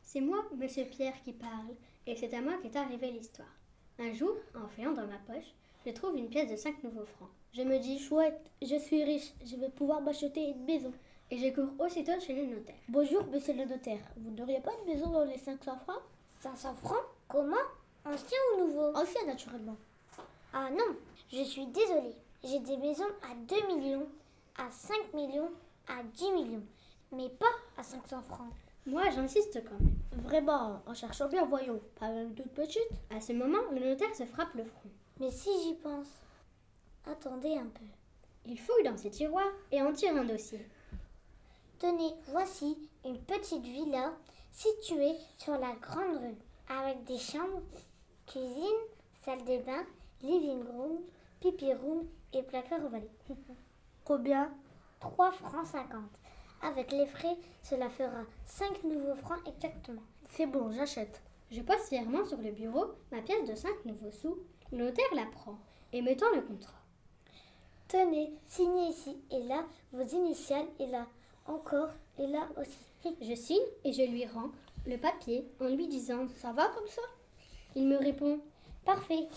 C'est moi, Monsieur Pierre, qui parle, et c'est à moi qu'est arrivée l'histoire. Un jour, en fouillant dans ma poche, je trouve une pièce de 5 nouveaux francs. Je me dis, Chouette, je suis riche, je vais pouvoir m'acheter une maison. et je cours aussitôt chez le notaire. Bonjour, monsieur le notaire. Vous n'auriez pas une maison dans les 500 francs? 500 francs? Comment? Ancien ou nouveau? Ancien, naturellement. Ah non, je suis désolée. J'ai des maisons à 2 millions, à 5 millions, à 10 millions, mais pas à 500 francs. Moi, j'insiste quand même. Vraiment, en cherchant bien, voyons. Pas même toute petite. À ce moment, le notaire se frappe le front. Mais si j'y pense. Attendez un peu. Il fouille dans ses tiroirs et en tire un dossier. Tenez, voici une petite villa située sur la grande rue, avec des chambres, cuisine, salle de bain, living room, pipi room et placard au balai. Combien? 3 francs 50. Avec les frais, cela fera 5 nouveaux francs exactement. C'est bon, j'achète. Je pose fièrement sur le bureau ma pièce de 5 nouveaux sous. Le notaire la prend et me tend le contrat. Tenez, signez ici et là vos initiales et là encore et là aussi. Je signe et je lui rends le papier en lui disant « Ça va comme ça? Il me répond Parfait.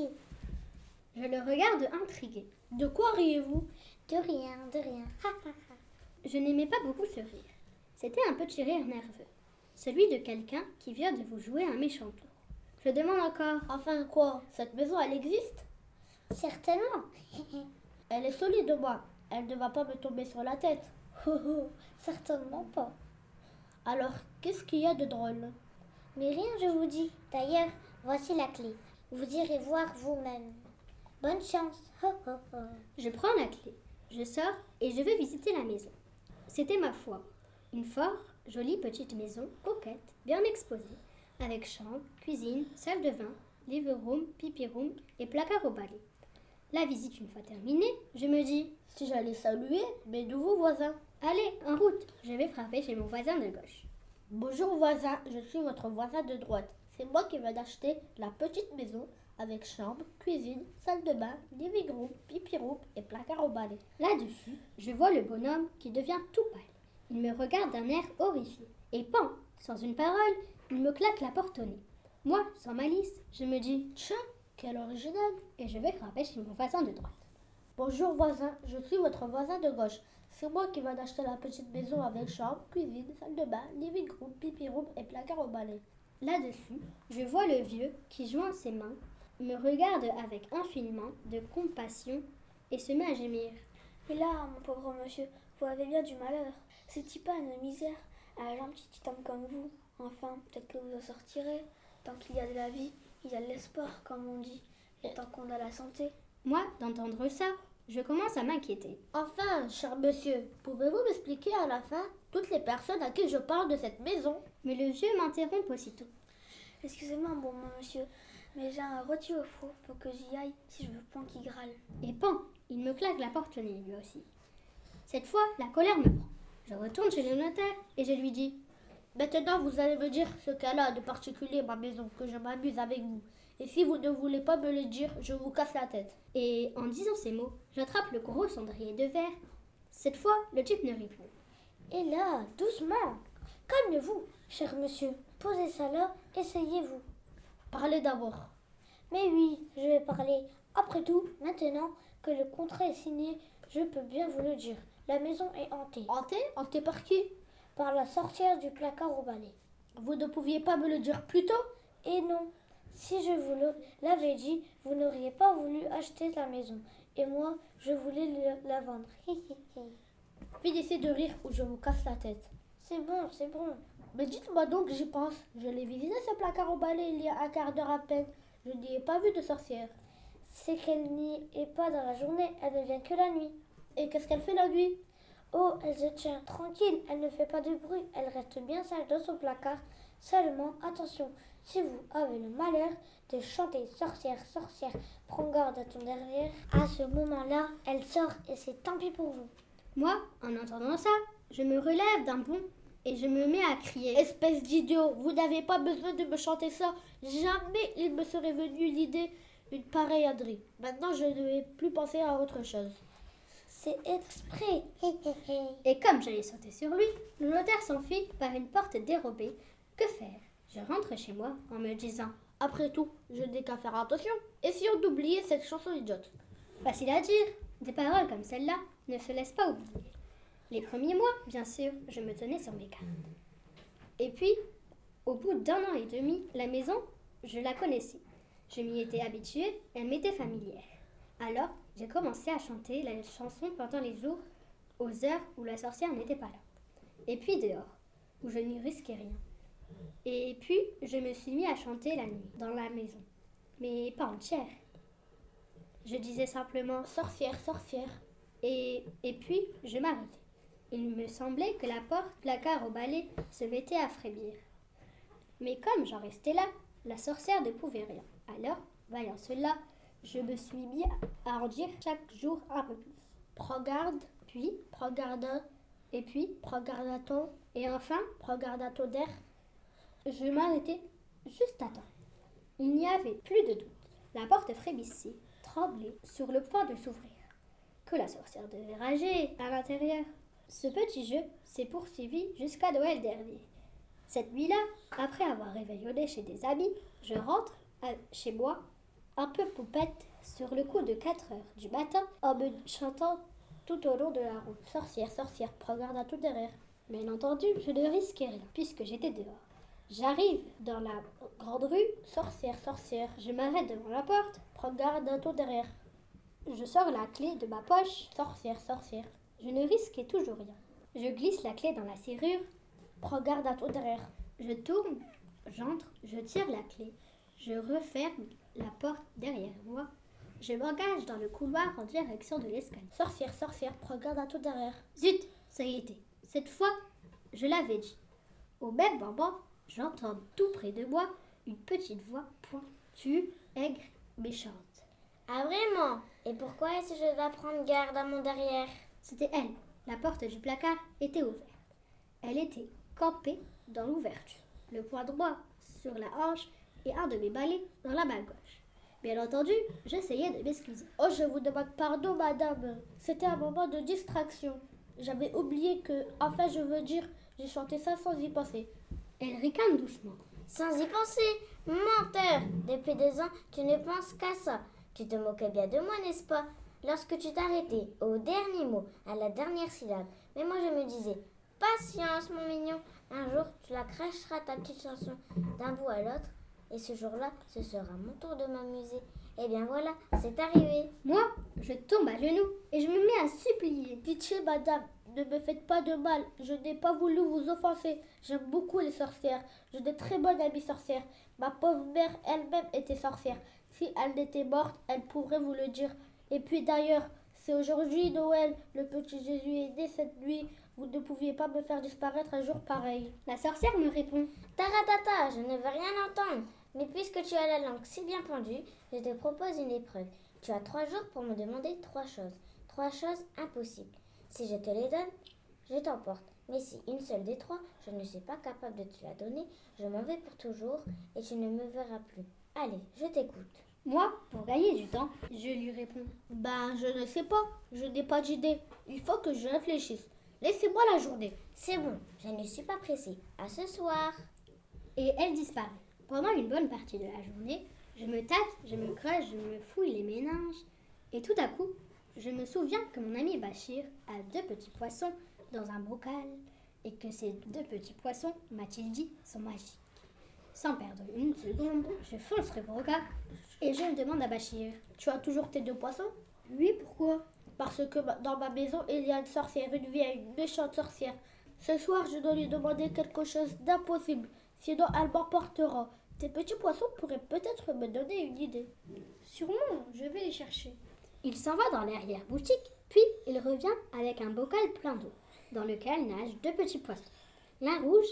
Je le regarde intrigué. De quoi riez-vous? De rien, de rien. Je n'aimais pas beaucoup ce rire. C'était un petit rire nerveux. Celui de quelqu'un qui vient de vous jouer un méchant tour. Je demande encore Enfin quoi? Cette maison, elle existe? Certainement. Elle est solide, moi. Elle ne va pas me tomber sur la tête. Certainement pas. Alors, qu'est-ce qu'il y a de drôle? Mais rien, je vous dis. D'ailleurs, voici la clé. Vous irez voir vous-même. Bonne chance. Je prends la clé, je sors et je vais visiter la maison. C'était ma foi, une fort jolie petite maison, coquette, bien exposée, avec chambre, cuisine, salle de bain, living room, pipi room et placard au balai. La visite une fois terminée, je me dis Si j'allais saluer mes nouveaux voisins. allez, en route, je vais frapper chez mon voisin de gauche. Bonjour voisin, je suis votre voisin de droite. C'est moi qui viens d'acheter la petite maison avec chambre, cuisine, salle de bain, living room, pipi room et placard au balai. Là-dessus, je vois le bonhomme qui devient tout pâle. Il me regarde d'un air horrifié. Et pan, sans une parole, il me claque la porte au nez. Moi, sans malice, je me dis Tiens, quel original. et je vais frapper chez mon voisin de droite. Bonjour voisin, je suis votre voisin de gauche. C'est moi qui viens d'acheter la petite maison avec chambre, cuisine, salle de bain, living room, pipi room et placard au balai. Là-dessus, je vois le vieux qui joint ses mains, me regarde avec infiniment de compassion et se met à gémir. Mais là, mon pauvre monsieur, vous avez bien du malheur. C'est pas une misère à un gentil petit homme comme vous. Enfin, peut-être que vous en sortirez. Tant qu'il y a de la vie, il y a de l'espoir, comme on dit. Et tant qu'on a la santé. Moi, d'entendre ça, je commence à m'inquiéter. Enfin, cher monsieur, pouvez-vous m'expliquer à la fin toutes les personnes à qui je parle de cette maison? Mais le vieux m'interrompt aussitôt. Excusez-moi, bon monsieur, mais j'ai un rôti au four. Faut que j'y aille si je veux point qu'il grâle. Et pan, il me claque la porte au nez lui aussi. Cette fois, la colère me prend. Je retourne chez le notaire et je lui dis Maintenant, vous allez me dire ce qu'elle a de particulier, ma maison, que je m'amuse avec vous. Et si vous ne voulez pas me le dire, je vous casse la tête. Et en disant ces mots, j'attrape le gros cendrier de verre. Cette fois, le type ne rit plus. Et là, doucement. Calmez-vous, cher monsieur. Posez ça là, essayez-vous. Parlez d'abord. Mais oui, je vais parler. Après tout, maintenant que le contrat est signé, je peux bien vous le dire. La maison est hantée. Hanté? Hanté par qui? Par la sorcière du placard au balai. Vous ne pouviez pas me le dire plus tôt? Et non, si je vous l'avais dit, vous n'auriez pas voulu acheter la maison. Et moi, je voulais la vendre. Finissez de rire ou je vous casse la tête. C'est bon, c'est bon. Mais dites-moi donc, j'y pense. Je l'ai visité ce placard au balai il y a un quart d'heure à peine. Je n'y ai pas vu de sorcière. C'est qu'elle n'y est pas dans la journée, elle ne vient que la nuit. Et qu'est-ce qu'elle fait la nuit? Oh, elle se tient tranquille, elle ne fait pas de bruit, elle reste bien sage dans son placard. Seulement, attention, si vous avez le malheur de chanter sorcière, sorcière, prends garde à ton derrière, à ce moment-là, elle sort et c'est tant pis pour vous. Moi, en entendant ça, je me relève d'un bond et je me mets à crier. Espèce d'idiot, vous n'avez pas besoin de me chanter ça. Jamais il me serait venu l'idée d'une pareille ânerie. Maintenant, je ne vais plus penser à autre chose. C'est exprès. Et comme j'allais sauter sur lui, le notaire s'enfuit par une porte dérobée Que faire? Je rentre chez moi en me disant Après tout, je n'ai qu'à faire attention. Essayons d'oublier cette chanson idiote. facile à dire, des paroles comme celle-là ne se laissent pas oublier. Les premiers mois, bien sûr, je me tenais sur mes gardes. Et puis, au bout d'1 an et demi, la maison, je la connaissais. Je m'y étais habituée, elle m'était familière. Alors, j'ai commencé à chanter la chanson pendant les jours, aux heures où la sorcière n'était pas là. Et puis dehors, où je n'y risquais rien. Et puis, je me suis mis à chanter la nuit, dans la maison. Mais pas entière. Je disais simplement Sorcière, sorcière. et puis, je m'arrêtais. Il me semblait que la porte, placard au balai, se mettait à frémir. Mais comme j'en restais là, la sorcière ne pouvait rien. Alors, voyant cela, je me suis mis à en dire chaque jour un peu plus. Prends garde, Puis, prends garde, et puis, prends garde à ton, et enfin, prends garde à ton der. je m'arrêtais juste à temps. Il n'y avait plus de doute. La porte frémissait, tremblait, sur le point de s'ouvrir. Que la sorcière devait rager à l'intérieur. Ce petit jeu s'est poursuivi jusqu'à Noël dernier. Cette nuit-là, après avoir réveillonné chez des amis, je rentre chez moi, un peu poupette, sur le coup de 4 heures du matin, en me chantant tout au long de la route. Sorcière, sorcière, prends garde à ton derrière. Bien entendu, je ne risquais rien, puisque j'étais dehors. J'arrive dans la grande rue, Sorcière, sorcière, je m'arrête devant la porte, prends garde à ton derrière. je sors la clé de ma poche, Sorcière, sorcière, je ne risquais toujours rien. Je glisse la clé dans la serrure, prends garde à ton derrière. je tourne, j'entre, je tire la clé, je referme la porte derrière moi, je m'engage dans le couloir en direction de l'escalier. Sorcière, sorcière, prends garde à ton derrière. Zut, ça y était. Cette fois, je l'avais dit. Au même moment, j'entends tout près de moi une petite voix pointue, aigre, méchante. Ah vraiment? Et pourquoi est-ce que je dois prendre garde à mon derrière? C'était elle. La porte du placard était ouverte. Elle était campée dans l'ouverture, le poing droit sur la hanche et un de mes balais dans la main gauche. Bien entendu, j'essayais de m'excuser. Oh, je vous demande pardon, madame. C'était un moment de distraction. J'avais oublié que, enfin, je veux dire, j'ai chanté ça sans y penser. Elle ricane doucement. Sans y penser, menteur! Depuis 2 ans, tu ne penses qu'à ça. Tu te moquais bien de moi, n'est-ce pas? Lorsque tu t'arrêtais au dernier mot, à la dernière syllabe. Mais moi, je me disais, patience, mon mignon. Un jour, tu la cracheras ta petite chanson d'un bout à l'autre. Et ce jour-là, ce sera mon tour de m'amuser. Et bien voilà, c'est arrivé. Moi, je tombe à genoux et je me mets à supplier. Pitié, madame, ne me faites pas de mal. Je n'ai pas voulu vous offenser. J'aime beaucoup les sorcières. J'ai de très bonnes amies sorcières. Ma pauvre mère elle-même était sorcière. Si elle n'était morte, elle pourrait vous le dire. Et puis d'ailleurs, c'est aujourd'hui Noël. Le petit Jésus est né cette nuit. Vous ne pouviez pas me faire disparaître un jour pareil. La sorcière me répond. Taratata, je ne veux rien entendre. Mais puisque tu as la langue si bien pendue, je te propose une épreuve. Tu as 3 jours pour me demander 3 choses. 3 choses impossibles. Si je te les donne, je t'emporte. Mais si une seule des 3, je ne suis pas capable de te la donner, je m'en vais pour toujours et tu ne me verras plus. Allez, je t'écoute. Moi, pour gagner du temps, je lui réponds. Ben, je ne sais pas. Je n'ai pas d'idée. Il faut que je réfléchisse. Laissez-moi la journée. C'est bon, je ne suis pas pressée. À ce soir. Et elle disparaît. Pendant une bonne partie de la journée, je me tâte, je me creuse, je me fouille les méninges. Et tout à coup, je me souviens que mon ami Bachir a 2 petits poissons dans un bocal et que ces 2 petits poissons, m'a-t-il dit, sont magiques. Sans perdre une seconde, je fonce le bocal et je demande à Bachir. Tu as toujours tes 2 poissons? Oui, pourquoi? Parce que dans ma maison, il y a une sorcière, une vieille, une méchante sorcière. Ce soir, je dois lui demander quelque chose d'impossible. Sinon, elle m'emportera. Tes petits poissons pourraient peut-être me donner une idée. Sûrement, je vais les chercher. Il s'en va dans l'arrière-boutique, puis il revient avec un bocal plein d'eau, dans lequel nagent 2 petits poissons, l'un rouge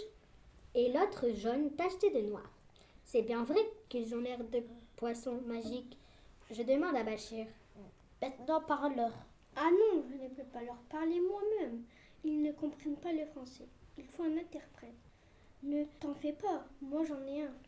et l'autre jaune tacheté de noir. C'est bien vrai qu'ils ont l'air de poissons magiques. Je demande à Bachir. Maintenant, parle-leur. Ah non, je ne peux pas leur parler moi-même. Ils ne comprennent pas le français. Il faut un interprète. Ne t'en fais pas, moi j'en ai un.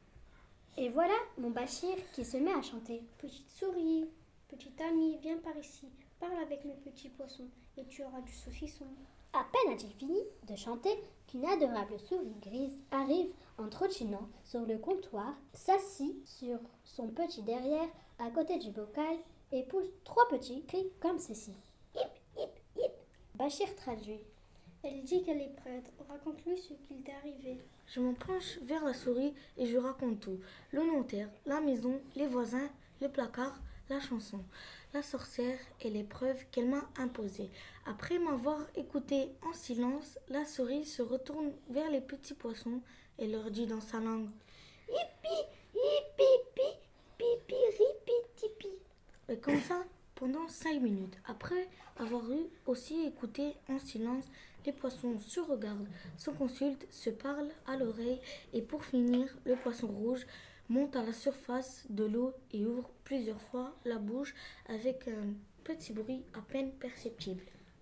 Et voilà mon Bachir qui se met à chanter. Petite souris, petit ami, viens par ici. Parle avec mes petits poissons et tu auras du saucisson. À peine a-t-il fini de chanter qu'une adorable souris grise arrive en trottinant sur le comptoir, s'assit sur son petit derrière à côté du bocal et pousse 3 petits cris comme ceci. Hip, hip, hip. Bachir traduit. Elle dit qu'elle est prête. Raconte-lui ce qu'il t'est arrivé. Je me penche vers la souris et je raconte tout. Le notaire, la maison, les voisins, le placard, la chanson, la sorcière et les preuves qu'elle m'a imposées. Après m'avoir écouté en silence, la souris se retourne vers les petits poissons et leur dit dans sa langue « Hipi, hipi, hipi, pipi, ripi, tipi ». Et comme ça, pendant 5 minutes. Après avoir eu aussi écouté en silence, les poissons se regardent, se consultent, se parlent à l'oreille et pour finir, le poisson rouge monte à la surface de l'eau et ouvre plusieurs fois la bouche avec un petit bruit à peine perceptible.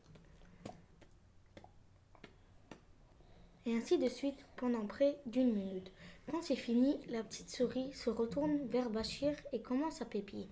Et ainsi de suite pendant près d'1 minute. Quand c'est fini, la petite souris se retourne vers Bachir et commence à pépiller.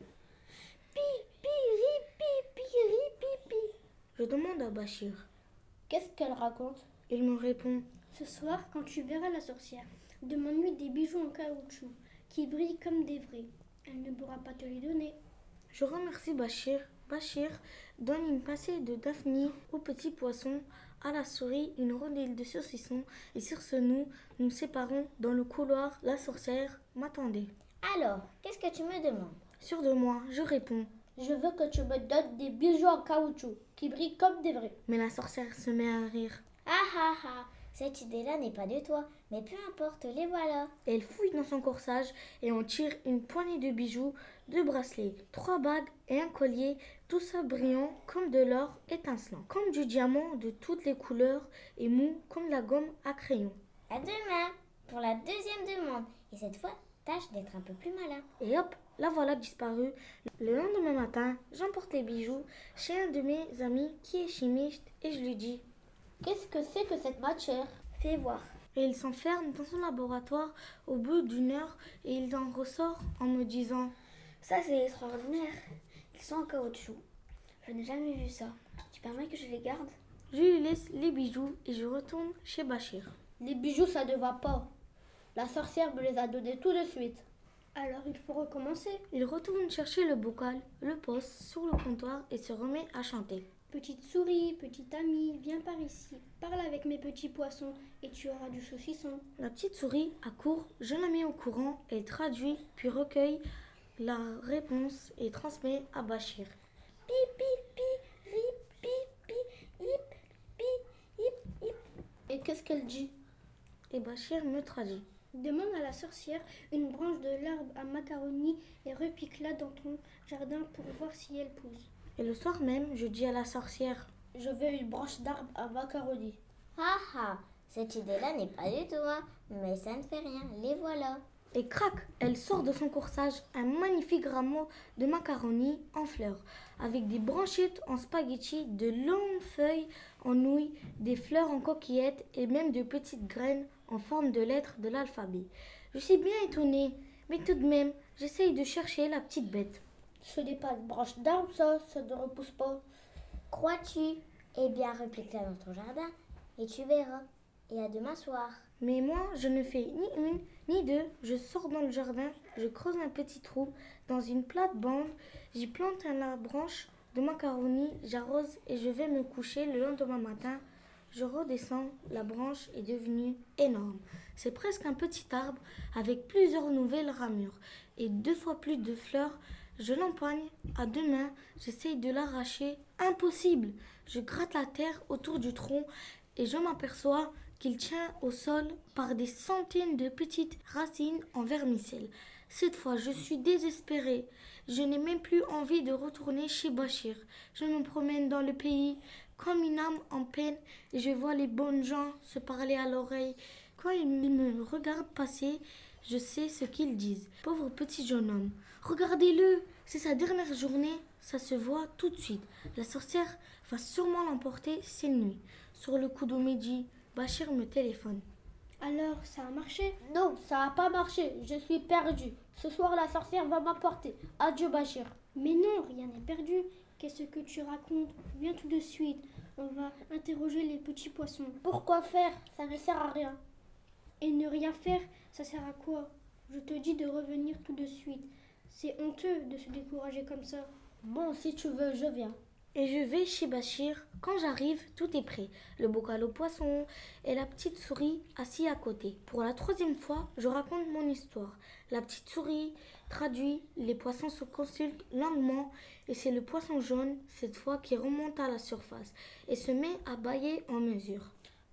Je demande à Bachir. Qu'est-ce qu'elle raconte? Il me répond. Ce soir, quand tu verras la sorcière, demande-lui des bijoux en caoutchouc qui brillent comme des vrais. Elle ne pourra pas te les donner. Je remercie Bachir. Bachir donne une pincée de daphné au petit poisson, à la souris une rondelle de saucisson et sur ce nous séparons dans le couloir. La sorcière m'attendait. Alors, qu'est-ce que tu me demandes? Sûr de moi, je réponds. Je veux que tu me donnes des bijoux en caoutchouc qui brillent comme des vrais. Mais la sorcière se met à rire. Ah ah ah, cette idée-là n'est pas de toi, mais peu importe, les voilà. Elle fouille dans son corsage et en tire une poignée de bijoux, 2 bracelets, 3 bagues et un collier, tout ça brillant comme de l'or étincelant, comme du diamant de toutes les couleurs et mou comme la gomme à crayon. À demain pour la 2e demande, et cette fois, tâche d'être un peu plus malin. Et hop, la voilà disparue. Le lendemain matin, j'emporte les bijoux chez un de mes amis qui est chimiste et je lui dis « Qu'est-ce que c'est que cette matière? Fais voir. » Et il s'enferme dans son laboratoire au bout d'1 heure et il en ressort en me disant « Ça, c'est extraordinaire. Ils sont en caoutchouc. Je n'ai jamais vu ça. Tu permets que je les garde? » Je lui laisse les bijoux et je retourne chez Bachir. Les bijoux, ça ne va pas. La sorcière me les a donnés tout de suite. Alors il faut recommencer. Il retourne chercher le bocal, le pose sur le comptoir et se remet à chanter. Petite souris, petite amie, viens par ici. Parle avec mes petits poissons et tu auras du saucisson. La petite souris accourt, je la mets au courant, elle traduit puis recueille la réponse et transmet à Bachir. Pi, pi, pi, ri, pi, pi, hip, pi, hip, hip. Et qu'est-ce qu'elle dit? Et Bachir me traduit. Demande à la sorcière une branche de l'arbre à macaroni et repique-la dans ton jardin pour voir si elle pousse. Et le soir même, je dis à la sorcière. Je veux une branche d'arbre à macaroni. Ah ah, cette idée-là n'est pas du tout, hein, mais ça ne fait rien, les voilà. Et crac, elle sort de son corsage un magnifique rameau de macaroni en fleurs, avec des branchettes en spaghetti, de longues feuilles en nouilles, des fleurs en coquillettes et même de petites graines en forme de lettres de l'alphabet. Je suis bien étonnée, mais tout de même, j'essaye de chercher la petite bête. Ce n'est pas une branche d'arbre, ça ne repousse pas. Crois-tu? Eh bien, replique-la dans ton jardin et tu verras. Et à demain soir. Mais moi, je ne fais ni une, ni deux. Je sors dans le jardin, je creuse un petit trou dans une plate-bande, j'y plante la branche de macaroni, j'arrose et je vais me coucher. Le lendemain matin, je redescends, la branche est devenue énorme. C'est presque un petit arbre avec plusieurs nouvelles ramures et 2 fois plus de fleurs. Je l'empoigne à 2 mains, j'essaye de l'arracher. Impossible! Je gratte la terre autour du tronc et je m'aperçois qu'il tient au sol par des centaines de petites racines en vermicelle. Cette fois, je suis désespérée. Je n'ai même plus envie de retourner chez Bachir. Je me promène dans le pays comme une âme en peine et je vois les bonnes gens se parler à l'oreille. Quand ils me regardent passer, je sais ce qu'ils disent. Pauvre petit jeune homme, regardez-le, c'est sa dernière journée, ça se voit tout de suite. La sorcière va sûrement l'emporter cette nuit. Sur le coup de midi, Bachir me téléphone. Alors, ça a marché? Non, ça n'a pas marché. Je suis perdue. Ce soir, la sorcière va m'emporter. Adieu, Bachir. Mais non, rien n'est perdu. Qu'est-ce que tu racontes? Viens tout de suite. On va interroger les petits poissons. Pourquoi faire? Ça ne sert à rien. Et ne rien faire, ça sert à quoi? Je te dis de revenir tout de suite. C'est honteux de se décourager comme ça. Bon, si tu veux, je viens. Et je vais chez Bachir. Quand j'arrive, tout est prêt. Le bocal au poisson et la petite souris assis à côté. Pour la 3e fois, je raconte mon histoire. La petite souris traduit, les poissons se consultent longuement et c'est le poisson jaune, cette fois, qui remonte à la surface et se met à bâiller en mesure.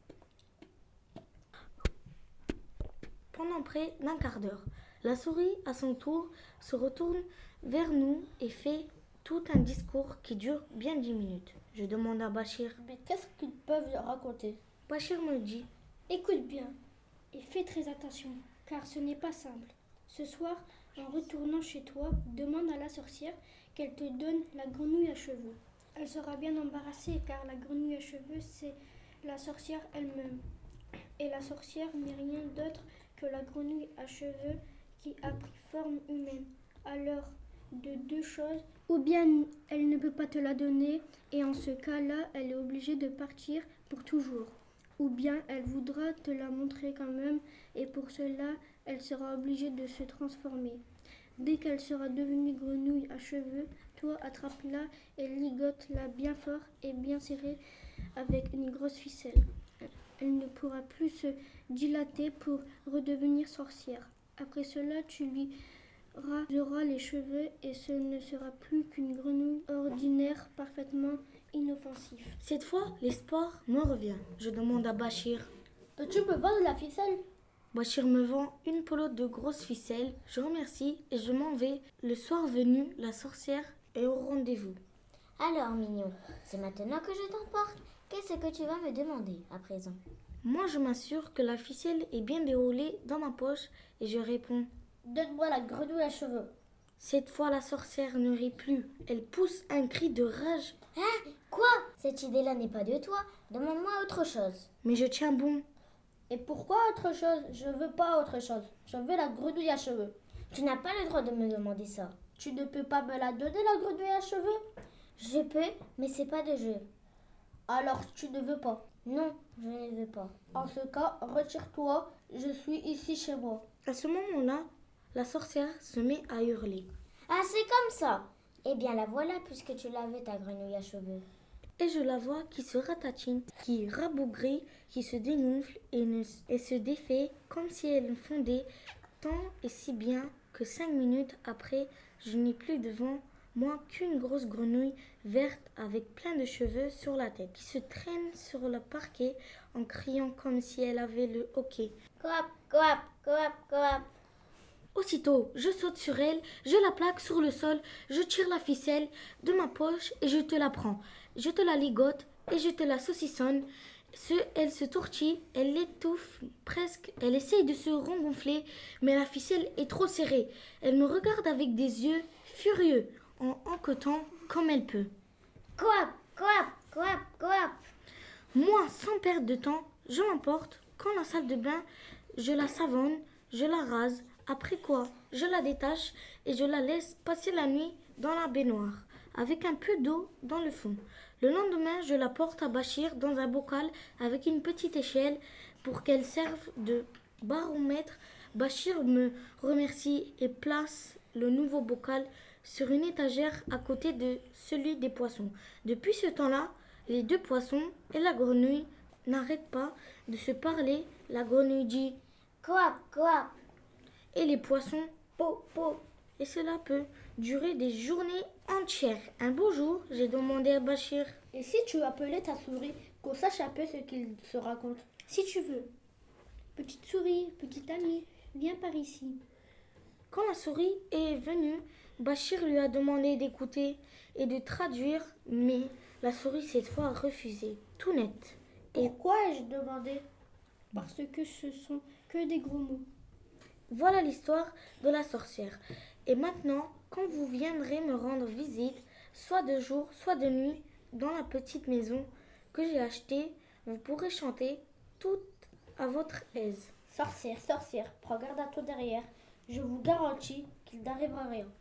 Pendant près d'un quart d'heure, la souris, à son tour, se retourne vers nous et fait tout un discours qui dure bien 10 minutes. Je demande à Bachir. Mais qu'est-ce qu'ils peuvent raconter? Bachir me dit. Écoute bien et fais très attention, car ce n'est pas simple. Ce soir, en retournant chez toi, demande à la sorcière qu'elle te donne la grenouille à cheveux. Elle sera bien embarrassée, car la grenouille à cheveux, c'est la sorcière elle-même. Et la sorcière n'est rien d'autre que la grenouille à cheveux qui a pris forme humaine. Alors, de deux choses, ou bien elle ne peut pas te la donner, et en ce cas-là, elle est obligée de partir pour toujours. Ou bien elle voudra te la montrer quand même, et pour cela, elle sera obligée de se transformer. Dès qu'elle sera devenue grenouille à cheveux, toi attrape-la et ligote-la bien fort et bien serrée avec une grosse ficelle. Elle ne pourra plus se dilater pour redevenir sorcière. Après cela, tu lui raseras les cheveux et ce ne sera plus qu'une grenouille ordinaire parfaitement inoffensive. Cette fois, l'espoir me revient. Je demande à Bachir. Peux-tu me vendre la ficelle? Bachir me vend une pelote de grosses ficelles. Je remercie et je m'en vais. Le soir venu, la sorcière est au rendez-vous. Alors, mignon, c'est maintenant que je t'emporte. Qu'est-ce que tu vas me demander à présent? Moi, je m'assure que la ficelle est bien déroulée dans ma poche et je réponds. Donne-moi la grenouille à cheveux. Cette fois, la sorcière ne rit plus. Elle pousse un cri de rage. Hein? Quoi? Cette idée-là n'est pas de toi. Demande-moi autre chose. Mais je tiens bon. Et pourquoi autre chose? Je veux pas autre chose. Je veux la grenouille à cheveux. Tu n'as pas le droit de me demander ça. Tu ne peux pas me la donner, la grenouille à cheveux? Je peux, mais c'est pas de jeu. Alors tu ne veux pas? Non, je ne veux pas. En ce cas, retire-toi. Je suis ici chez moi. À ce moment-là, la sorcière se met à hurler. Ah, c'est comme ça. Eh bien, la voilà puisque tu l'avais, ta grenouille à cheveux. Et je la vois qui se ratatine, qui rabougrit, qui se dégonfle et se défait comme si elle fondait tant et si bien que 5 minutes après, je n'ai plus devant moi qu'une grosse grenouille verte avec plein de cheveux sur la tête, qui se traîne sur le parquet en criant comme si elle avait le hoquet. Coap, coap, coap, coap. Aussitôt, je saute sur elle, je la plaque sur le sol, je tire la ficelle de ma poche et je te la prends. Je te la ligote et je te la saucissonne. Elle se tortille, elle l'étouffe presque, elle essaye de se rengonfler, mais la ficelle est trop serrée. Elle me regarde avec des yeux furieux, en enquêtant comme elle peut. Coap, coap, coap, coap. Moi, sans perdre de temps, je l'emporte. Quand la salle de bain, je la savonne, je la rase. Après quoi, je la détache et je la laisse passer la nuit dans la baignoire, avec un peu d'eau dans le fond. Le lendemain, je la porte à Bachir dans un bocal avec une petite échelle pour qu'elle serve de baromètre. Bachir me remercie et place le nouveau bocal sur une étagère à côté de celui des poissons. Depuis ce temps-là, les deux poissons et la grenouille n'arrêtent pas de se parler. La grenouille dit « Coap, coap » et les poissons « po, po ». Et cela peut durer des journées entières. Un beau jour, j'ai demandé à Bachir « Et si tu appelais ta souris, qu'on sache un peu ce qu'il se raconte? Si tu veux. Petite souris, petite amie, viens par ici. Quand la souris est venue, Bachir lui a demandé d'écouter et de traduire, mais la souris cette fois a refusé, tout net. Pourquoi ai-je demandé? Parce que ce sont que des gros mots. Voilà l'histoire de la sorcière. Et maintenant, quand vous viendrez me rendre visite, soit de jour, soit de nuit, dans la petite maison que j'ai achetée, vous pourrez chanter tout à votre aise. Sorcière, sorcière, prends garde à toi derrière. Je vous garantis qu'il n'arrivera rien.